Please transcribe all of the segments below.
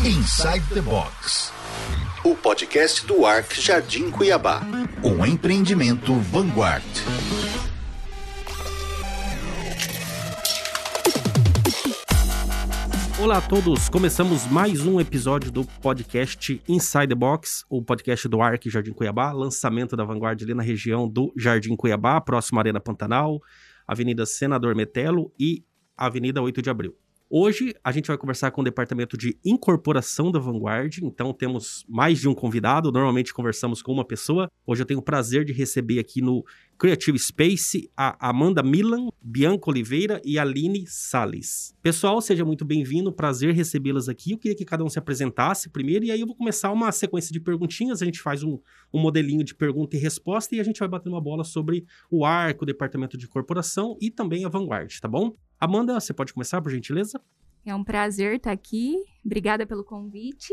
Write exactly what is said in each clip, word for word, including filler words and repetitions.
Inside the Box, o podcast do Arc Jardim Cuiabá, um empreendimento Vanguard. Olá a todos, começamos mais um episódio do podcast Inside the Box, o podcast do Arc Jardim Cuiabá, lançamento da Vanguard ali na região do Jardim Cuiabá, próximo à Arena Pantanal, Avenida Senador Metelo e Avenida oito de Abril. Hoje a gente vai conversar com o departamento de incorporação da Vanguard, então temos mais de um convidado, normalmente conversamos com uma pessoa. Hoje eu tenho o prazer de receber aqui no Creative Space a Amanda Milan, Bianca Oliveira e Aline Salles. Pessoal, seja muito bem-vindo, prazer recebê-las aqui. Eu queria que cada um se apresentasse primeiro e aí eu vou começar uma sequência de perguntinhas, a gente faz um, um modelinho de pergunta e resposta e a gente vai bater uma bola sobre o Arc, o departamento de incorporação e também a Vanguard, tá bom? Amanda, você pode começar, por gentileza? É um prazer estar aqui. Obrigada pelo convite.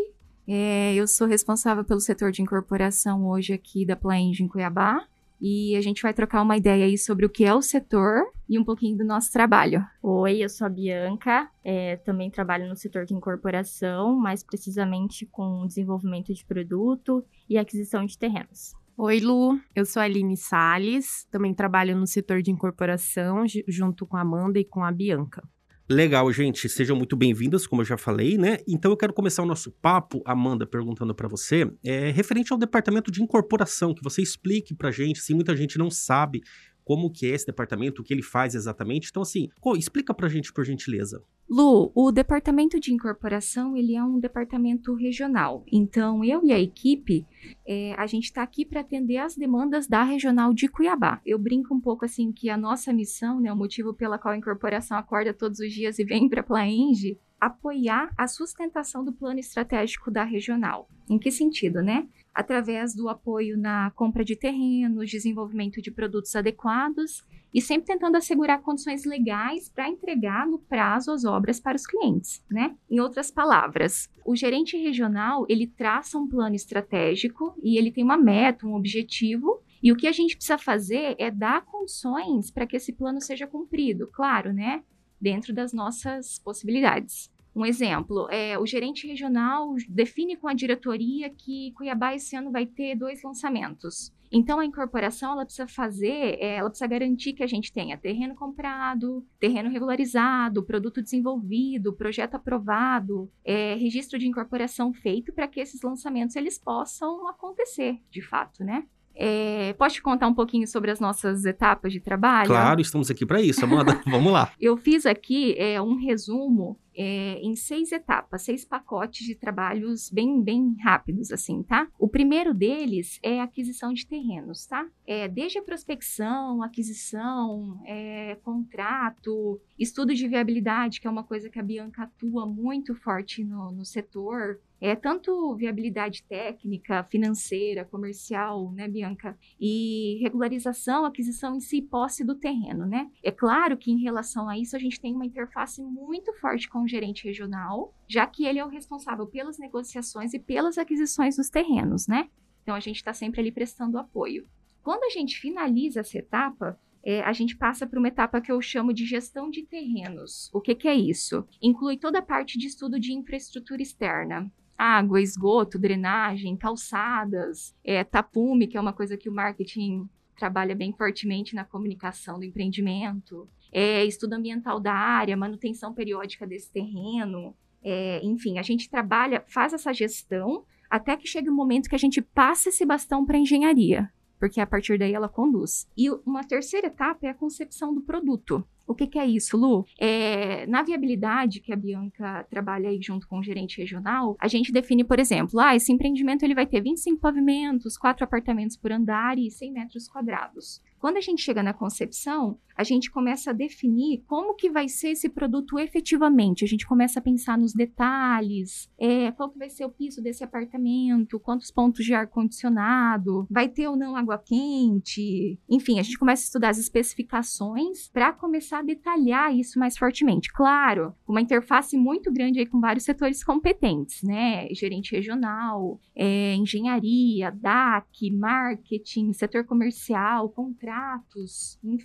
É, eu sou responsável pelo setor de incorporação hoje aqui da Plaenge em Cuiabá. E a gente vai trocar uma ideia aí sobre o que é o setor e um pouquinho do nosso trabalho. Oi, eu sou a Bianca. É, também trabalho no setor de incorporação, mais precisamente com desenvolvimento de produto e aquisição de terrenos. Oi, Lu, eu sou a Aline Salles, também trabalho no setor de incorporação, junto com a Amanda e com a Bianca. Legal, gente, sejam muito bem-vindas, como eu já falei, né? Então eu quero começar o nosso papo, Amanda, perguntando para você, é, referente ao departamento de incorporação, que você explique pra gente, assim, muita gente não sabe como que é esse departamento, o que ele faz exatamente. Então, assim, explica pra gente, por gentileza. Lu, o departamento de incorporação, ele é um departamento regional. Então, eu e a equipe, é, a gente está aqui para atender as demandas da regional de Cuiabá. Eu brinco um pouco assim que a nossa missão, né, o motivo pela qual a incorporação acorda todos os dias e vem para a Plaenge, apoiar a sustentação do plano estratégico da regional. Em que sentido, né? Através do apoio na compra de terrenos, desenvolvimento de produtos adequados e sempre tentando assegurar condições legais para entregar no prazo as obras para os clientes, né? Em outras palavras, o gerente regional, ele traça um plano estratégico e ele tem uma meta, um objetivo, e o que a gente precisa fazer é dar condições para que esse plano seja cumprido, claro, né? Dentro das nossas possibilidades. Um exemplo, é, o gerente regional define com a diretoria que Cuiabá esse ano vai ter dois lançamentos. Então, a incorporação, ela precisa fazer, é, ela precisa garantir que a gente tenha terreno comprado, terreno regularizado, produto desenvolvido, projeto aprovado, é, registro de incorporação feito para que esses lançamentos eles possam acontecer, de fato, né? É, posso te contar um pouquinho sobre as nossas etapas de trabalho? Claro, estamos aqui para isso, Amanda. Vamos lá. Eu fiz aqui é, um resumo é, em seis etapas, seis pacotes de trabalhos bem, bem rápidos, assim, tá? O primeiro deles é a aquisição de terrenos, tá? É, desde a prospecção, aquisição, é, contrato, estudo de viabilidade, que é uma coisa que a Bianca atua muito forte no, no setor. É tanto viabilidade técnica, financeira, comercial, né, Bianca? E regularização, aquisição em si e posse do terreno, né? É claro que em relação a isso a gente tem uma interface muito forte com o gerente regional, já que ele é o responsável pelas negociações e pelas aquisições dos terrenos, né? Então a gente está sempre ali prestando apoio. Quando a gente finaliza essa etapa, É, a gente passa para uma etapa que eu chamo de gestão de terrenos. O que, que é isso? Inclui toda a parte de estudo de infraestrutura externa. Água, esgoto, drenagem, calçadas, é, tapume, que é uma coisa que o marketing trabalha bem fortemente na comunicação do empreendimento. É, estudo ambiental da área, manutenção periódica desse terreno. É, enfim, a gente trabalha, faz essa gestão até que chegue o momento que a gente passa esse bastão para a engenharia, porque a partir daí ela conduz. E uma terceira etapa é a concepção do produto. O que, que é isso, Lu? É, na viabilidade, que a Bianca trabalha aí junto com o gerente regional, a gente define, por exemplo, ah, esse empreendimento ele vai ter vinte e cinco pavimentos, quatro apartamentos por andar e cem metros quadrados. Quando a gente chega na concepção, a gente começa a definir como que vai ser esse produto efetivamente. A gente começa a pensar nos detalhes, é, qual que vai ser o piso desse apartamento, quantos pontos de ar-condicionado, vai ter ou não água quente. Enfim, a gente começa a estudar as especificações para começar a detalhar isso mais fortemente. Claro, uma interface muito grande aí com vários setores competentes, né? Gerente regional, é, engenharia, D A C, marketing, setor comercial, contratos, enfim.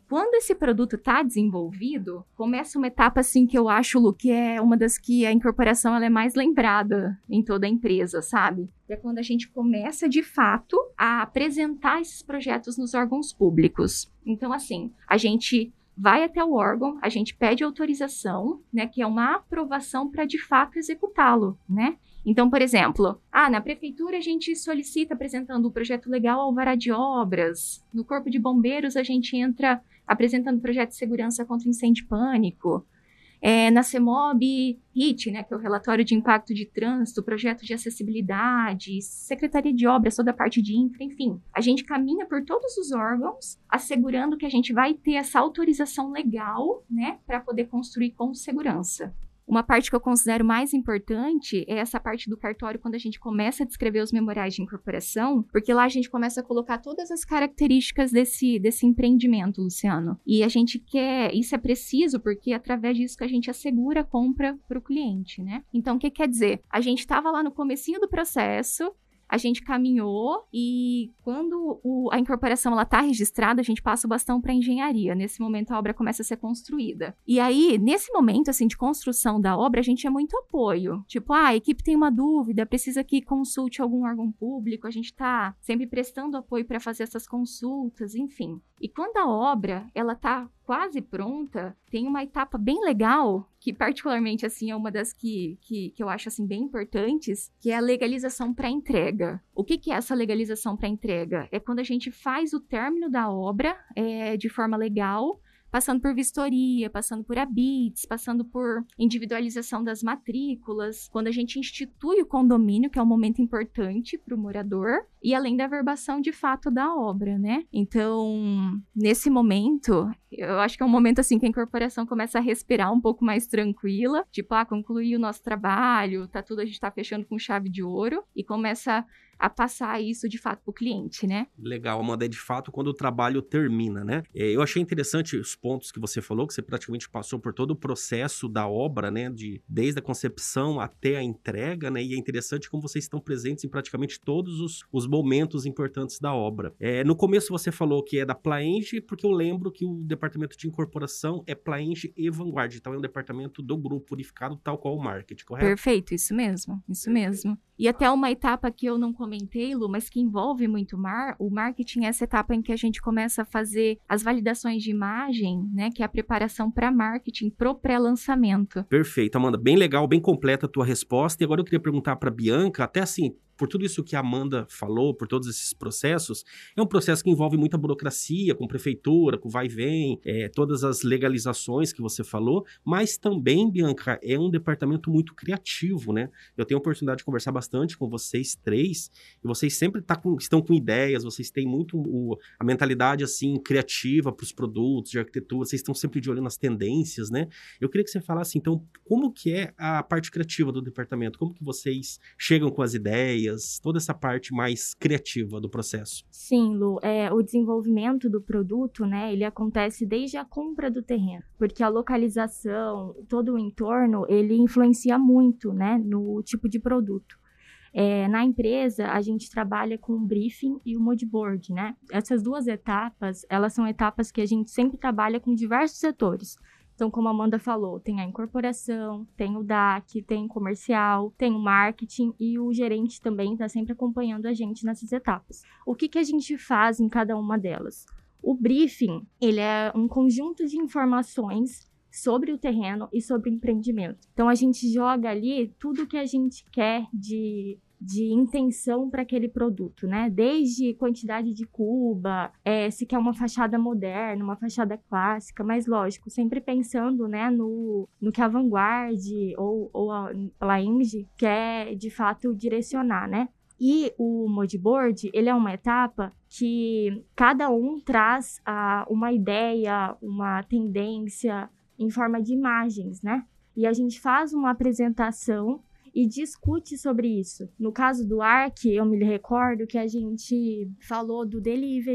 Quando esse produto está desenvolvido, começa uma etapa assim que eu acho, Lu, que é uma das que a incorporação ela é mais lembrada em toda a empresa, sabe? É quando a gente começa, de fato, a apresentar esses projetos nos órgãos públicos. Então, assim, a gente vai até o órgão, a gente pede autorização, né, que é uma aprovação para, de fato, executá-lo, né? Então, por exemplo, ah, na prefeitura a gente solicita apresentando o projeto legal alvará de obras. No Corpo de Bombeiros a gente entra apresentando o projeto de segurança contra incêndio e pânico. É, na CEMOB, R I T, né, que é o Relatório de Impacto de Trânsito, Projeto de Acessibilidade, Secretaria de Obras, toda a parte de infra, enfim. A gente caminha por todos os órgãos, assegurando que a gente vai ter essa autorização legal, né, para poder construir com segurança. Uma parte que eu considero mais importante é essa parte do cartório, quando a gente começa a descrever os memoriais de incorporação, porque lá a gente começa a colocar todas as características desse, desse empreendimento, Luciano. E a gente quer, isso é preciso, porque é através disso que a gente assegura a compra para o cliente, né? Então, o que quer dizer? A gente estava lá no comecinho do processo, a gente caminhou e quando o, a incorporação está registrada, a gente passa o bastão para a engenharia. Nesse momento, a obra começa a ser construída. E aí, nesse momento assim, de construção da obra, a gente é muito apoio. Tipo, ah, a equipe tem uma dúvida, precisa que consulte algum órgão público. A gente está sempre prestando apoio para fazer essas consultas, enfim. E quando a obra ela está quase pronta, tem uma etapa bem legal, que particularmente assim, é uma das que, que, que eu acho assim, bem importantes, que é a legalização para entrega. O que, que é essa legalização para entrega? É quando a gente faz o término da obra é, de forma legal, passando por vistoria, passando por habites, passando por individualização das matrículas, quando a gente institui o condomínio, que é um momento importante para o morador, e além da averbação de fato da obra, né? Então, nesse momento, eu acho que é um momento assim que a incorporação começa a respirar um pouco mais tranquila, tipo, ah, concluir o nosso trabalho, tá tudo, a gente tá fechando com chave de ouro, e começa a passar isso de fato para o cliente, né? Legal, Amanda, é de fato quando o trabalho termina, né? É, eu achei interessante os pontos que você falou, que você praticamente passou por todo o processo da obra, né? De, desde a concepção até a entrega, né? E é interessante como vocês estão presentes em praticamente todos os, os momentos importantes da obra. É, no começo você falou que é da Plaenge, porque eu lembro que o departamento de incorporação é Plaenge e Vanguard, então é um departamento do grupo unificado, tal qual o marketing, correto? Perfeito, isso mesmo, isso mesmo. E até uma etapa que eu não comentei, Lu, mas que envolve muito mar, o marketing é essa etapa em que a gente começa a fazer as validações de imagem, né, que é a preparação para marketing, pro pré-lançamento. Perfeito, Amanda, bem legal, bem completa a tua resposta. E agora eu queria perguntar para Bianca, até assim, por tudo isso que a Amanda falou, por todos esses processos, é um processo que envolve muita burocracia, com prefeitura, com vai e vem, é, todas as legalizações que você falou, mas também, Bianca, é um departamento muito criativo, né? Eu tenho a oportunidade de conversar bastante com vocês três, e vocês sempre tá com, estão com ideias, vocês têm muito o, a mentalidade, assim, criativa para os produtos, de arquitetura, vocês estão sempre de olho nas tendências, né? Eu queria que você falasse, então, como que é a parte criativa do departamento? Como que vocês chegam com as ideias, toda essa parte mais criativa do processo? Sim, Lu, é, o desenvolvimento do produto, né, ele acontece desde a compra do terreno, porque a localização, todo o entorno, ele influencia muito, né, no tipo de produto. É, na empresa, a gente trabalha com o briefing e o mood board, né? Essas duas etapas, elas são etapas que a gente sempre trabalha com diversos setores. Então, como a Amanda falou, tem a incorporação, tem o D A C, tem o comercial, tem o marketing e o gerente também está sempre acompanhando a gente nessas etapas. O que, que a gente faz em cada uma delas? O briefing, ele é um conjunto de informações sobre o terreno e sobre o empreendimento. Então, a gente joga ali tudo o que a gente quer de... de intenção para aquele produto, né? Desde quantidade de cuba, é, se quer uma fachada moderna, uma fachada clássica, mas lógico, sempre pensando, né, no, no que a Vanguard ou, ou a Plaenge quer de fato direcionar, né? E o mood board, ele é uma etapa que cada um traz ah, uma ideia, uma tendência em forma de imagens, né? E a gente faz uma apresentação e discute sobre isso. No caso do Arc, eu me recordo que a gente falou do delivery,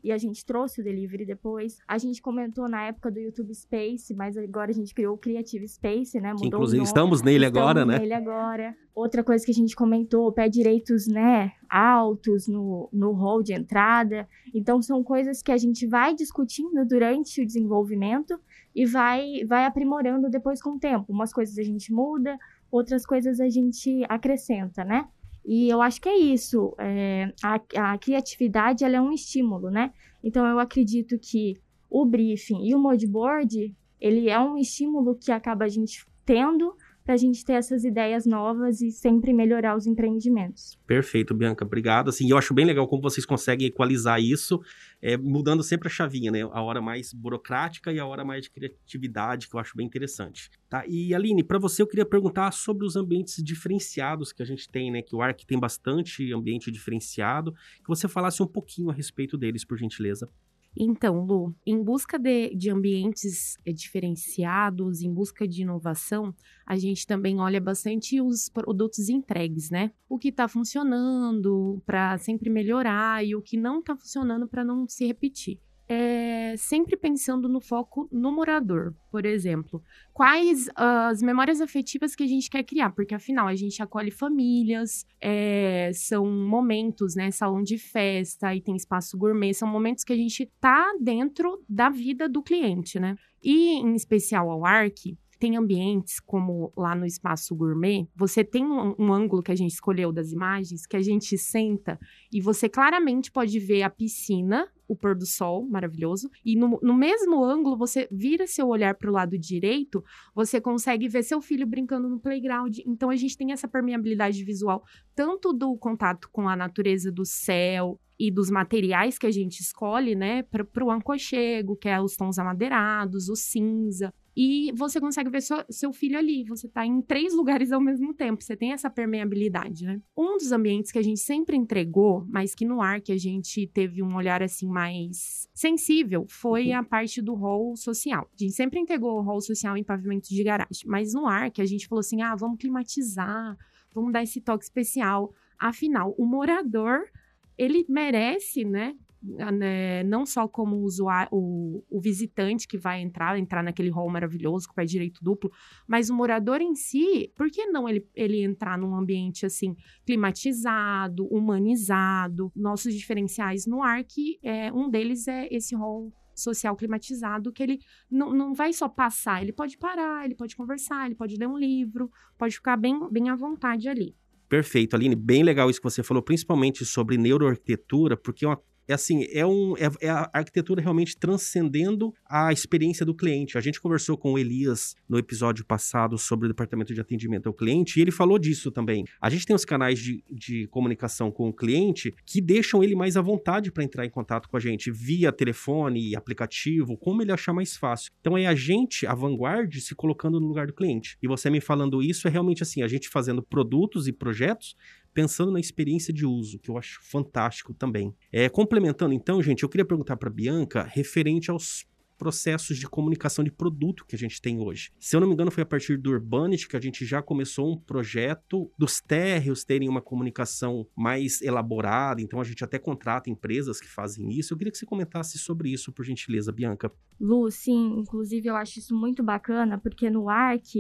e a gente trouxe o delivery depois. A gente comentou na época do YouTube Space, mas agora a gente criou o Creative Space, né? Mudou que inclusive o nome. estamos nele estamos agora, né? nele agora. Outra coisa que a gente comentou, pé direitos, né, altos no, no hall de entrada. Então, são coisas que a gente vai discutindo durante o desenvolvimento e vai, vai aprimorando depois com o tempo. Umas coisas a gente muda, outras coisas a gente acrescenta, né? E eu acho que é isso. É, a, a criatividade, ela é um estímulo, né? Então, eu acredito que o briefing e o moodboard, ele é um estímulo que acaba a gente tendo para a gente ter essas ideias novas e sempre melhorar os empreendimentos. Perfeito, Bianca, obrigado. Assim, eu acho bem legal como vocês conseguem equalizar isso, é, mudando sempre a chavinha, né? A hora mais burocrática e a hora mais de criatividade, que eu acho bem interessante. Tá? E, Aline, para você eu queria perguntar sobre os ambientes diferenciados que a gente tem, né? Que o Arc tem bastante ambiente diferenciado, que você falasse um pouquinho a respeito deles, por gentileza. Então, Lu, em busca de, de ambientes diferenciados, em busca de inovação, a gente também olha bastante os produtos entregues, né? O que está funcionando para sempre melhorar e o que não está funcionando para não se repetir. É, sempre pensando no foco no morador, por exemplo. Quais uh, as memórias afetivas que a gente quer criar? Porque, afinal, a gente acolhe famílias, é, são momentos, né? Salão de festa, e tem espaço gourmet, são momentos que a gente tá dentro da vida do cliente, né? E, em especial, ao Arc, tem ambientes como lá no espaço gourmet, você tem um, um ângulo que a gente escolheu das imagens, que a gente senta e você claramente pode ver a piscina, o pôr do sol, maravilhoso, e no, no mesmo ângulo, você vira seu olhar para o lado direito, você consegue ver seu filho brincando no playground. Então, a gente tem essa permeabilidade visual, tanto do contato com a natureza do céu e dos materiais que a gente escolhe, né, para o aconchego, que é os tons amadeirados, o cinza. E você consegue ver seu, seu filho ali, você tá em três lugares ao mesmo tempo, você tem essa permeabilidade, né? Um dos ambientes que a gente sempre entregou, mas que no Arc a gente teve um olhar assim mais sensível, foi a parte do hall social. A gente sempre entregou o hall social em pavimentos de garagem, mas no Arc a gente falou assim, ah, vamos climatizar, vamos dar esse toque especial. Afinal, o morador, ele merece, né? Né, não só como usuário, o, o visitante que vai entrar, entrar naquele hall maravilhoso com o pé direito duplo, mas o morador em si, por que não ele, ele entrar num ambiente assim, climatizado, humanizado? Nossos diferenciais no Arc, é, um deles é esse hall social climatizado, que ele não, não vai só passar, ele pode parar, ele pode conversar, ele pode ler um livro, pode ficar bem, bem à vontade ali. Perfeito, Aline, bem legal isso que você falou, principalmente sobre neuroarquitetura, porque é uma É assim, é, um, é, é a arquitetura realmente transcendendo a experiência do cliente. A gente conversou com o Elias no episódio passado sobre o departamento de atendimento ao cliente e ele falou disso também. A gente tem os canais de, de comunicação com o cliente que deixam ele mais à vontade para entrar em contato com a gente via telefone, aplicativo, como ele achar mais fácil. Então é a gente, a Vanguard, se colocando no lugar do cliente. E você me falando isso é realmente assim, a gente fazendo produtos e projetos pensando na experiência de uso, que eu acho fantástico também. É, complementando então, gente, eu queria perguntar para a Bianca referente aos processos de comunicação de produto que a gente tem hoje. Se eu não me engano, foi a partir do Urbanity que a gente já começou um projeto dos térreos terem uma comunicação mais elaborada, então a gente até contrata empresas que fazem isso. Eu queria que você comentasse sobre isso, por gentileza, Bianca. Lu, sim, inclusive eu acho isso muito bacana, porque no Arc,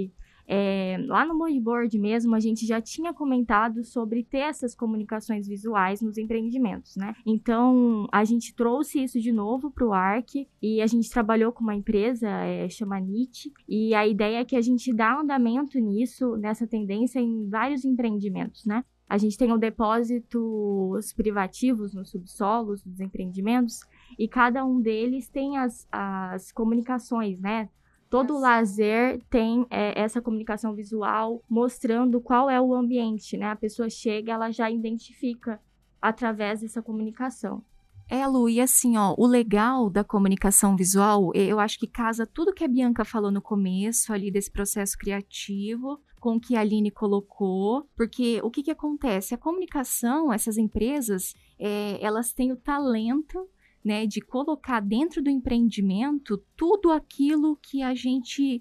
É, lá no moodboard mesmo, a gente já tinha comentado sobre ter essas comunicações visuais nos empreendimentos, né? Então, a gente trouxe isso de novo para o Arc e a gente trabalhou com uma empresa, é, chama Nit, e a ideia é que a gente dá andamento nisso, nessa tendência em vários empreendimentos, né? A gente tem depósitos privativos nos subsolos dos empreendimentos e cada um deles tem as, as comunicações, né? Todo lazer tem é, essa comunicação visual mostrando qual é o ambiente, né? A pessoa chega, ela já identifica através dessa comunicação. É, Lu, e assim, ó, o legal da comunicação visual, eu acho que casa tudo que a Bianca falou no começo ali desse processo criativo com o que a Aline colocou, porque o que que acontece? A comunicação, essas empresas, é, elas têm o talento, né, de colocar dentro do empreendimento tudo aquilo que a gente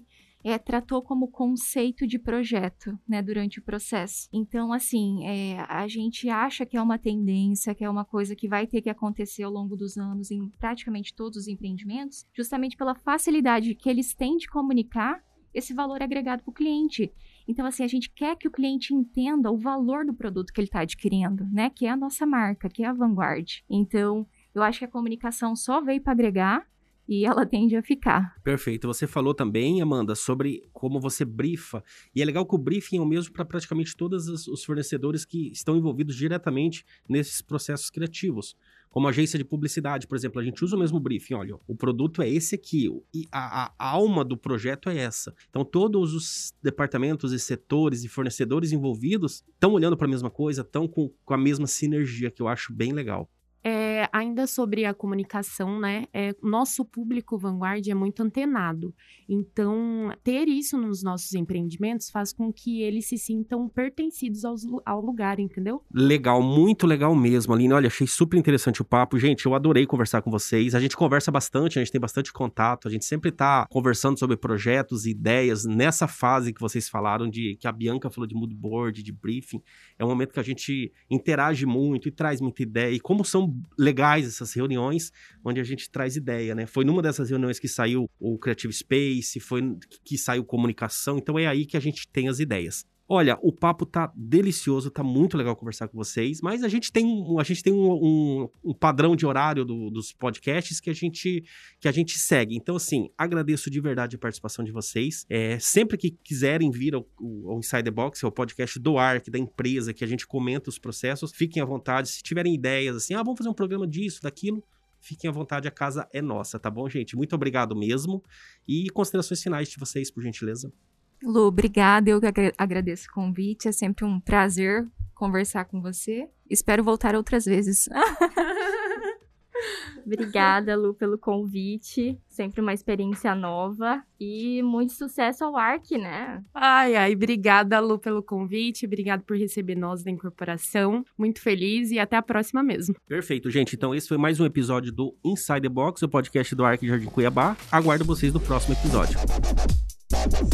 é, tratou como conceito de projeto, né, durante o processo. Então, assim, é, a gente acha que é uma tendência, que é uma coisa que vai ter que acontecer ao longo dos anos em praticamente todos os empreendimentos, justamente pela facilidade que eles têm de comunicar esse valor agregado para o cliente. Então, assim, a gente quer que o cliente entenda o valor do produto que ele está adquirindo, né, que é a nossa marca, que é a Vanguard. Então, eu acho que a comunicação só veio para agregar, e ela tende a ficar. Perfeito. Você falou também, Amanda, sobre como você brifa. E é legal que o briefing é o mesmo para praticamente todos os fornecedores que estão envolvidos diretamente nesses processos criativos. Como agência de publicidade, por exemplo, a gente usa o mesmo briefing. Olha, o produto é esse aqui, e a, a, a alma do projeto é essa. Então, todos os departamentos e setores e fornecedores envolvidos estão olhando para a mesma coisa, estão com, com a mesma sinergia, que eu acho bem legal. É, ainda sobre a comunicação, né? É, nosso público Vanguard é muito antenado. Então, ter isso nos nossos empreendimentos faz com que eles se sintam pertencidos aos, ao lugar, entendeu? Legal, muito legal mesmo, Aline. Olha, achei super interessante o papo. Gente, eu adorei conversar com vocês. A gente conversa bastante, a gente tem bastante contato. A gente sempre tá conversando sobre projetos e ideias. Nessa fase que vocês falaram, de que a Bianca falou de mood board, de briefing, é um momento que a gente interage muito e traz muita ideia. E como são legais essas reuniões, onde a gente traz ideia, né? Foi numa dessas reuniões que saiu o Creative Space, foi que saiu comunicação, então é aí que a gente tem as ideias. Olha, o papo tá delicioso, tá muito legal conversar com vocês, mas a gente tem, a gente tem um, um, um padrão de horário do, dos podcasts que a, gente, que a gente segue. Então, assim, agradeço de verdade a participação de vocês. É, sempre que quiserem vir ao, ao Inside the Box, ao podcast do Arc, da empresa, que a gente comenta os processos, fiquem à vontade. Se tiverem ideias, assim, ah, vamos fazer um programa disso, daquilo, fiquem à vontade, a casa é nossa, tá bom, gente? Muito obrigado mesmo. E considerações finais de vocês, por gentileza. Lu, obrigada, eu agradeço o convite, é sempre um prazer conversar com você. Espero voltar outras vezes. Obrigada, Lu, pelo convite, sempre uma experiência nova e muito sucesso ao Arc, né? Ai, ai, obrigada, Lu, pelo convite, obrigado por receber nós da incorporação, muito feliz e até a próxima mesmo. Perfeito, gente, então esse foi mais um episódio do Inside the Box, o podcast do Arc Jardim Cuiabá. Aguardo vocês no próximo episódio.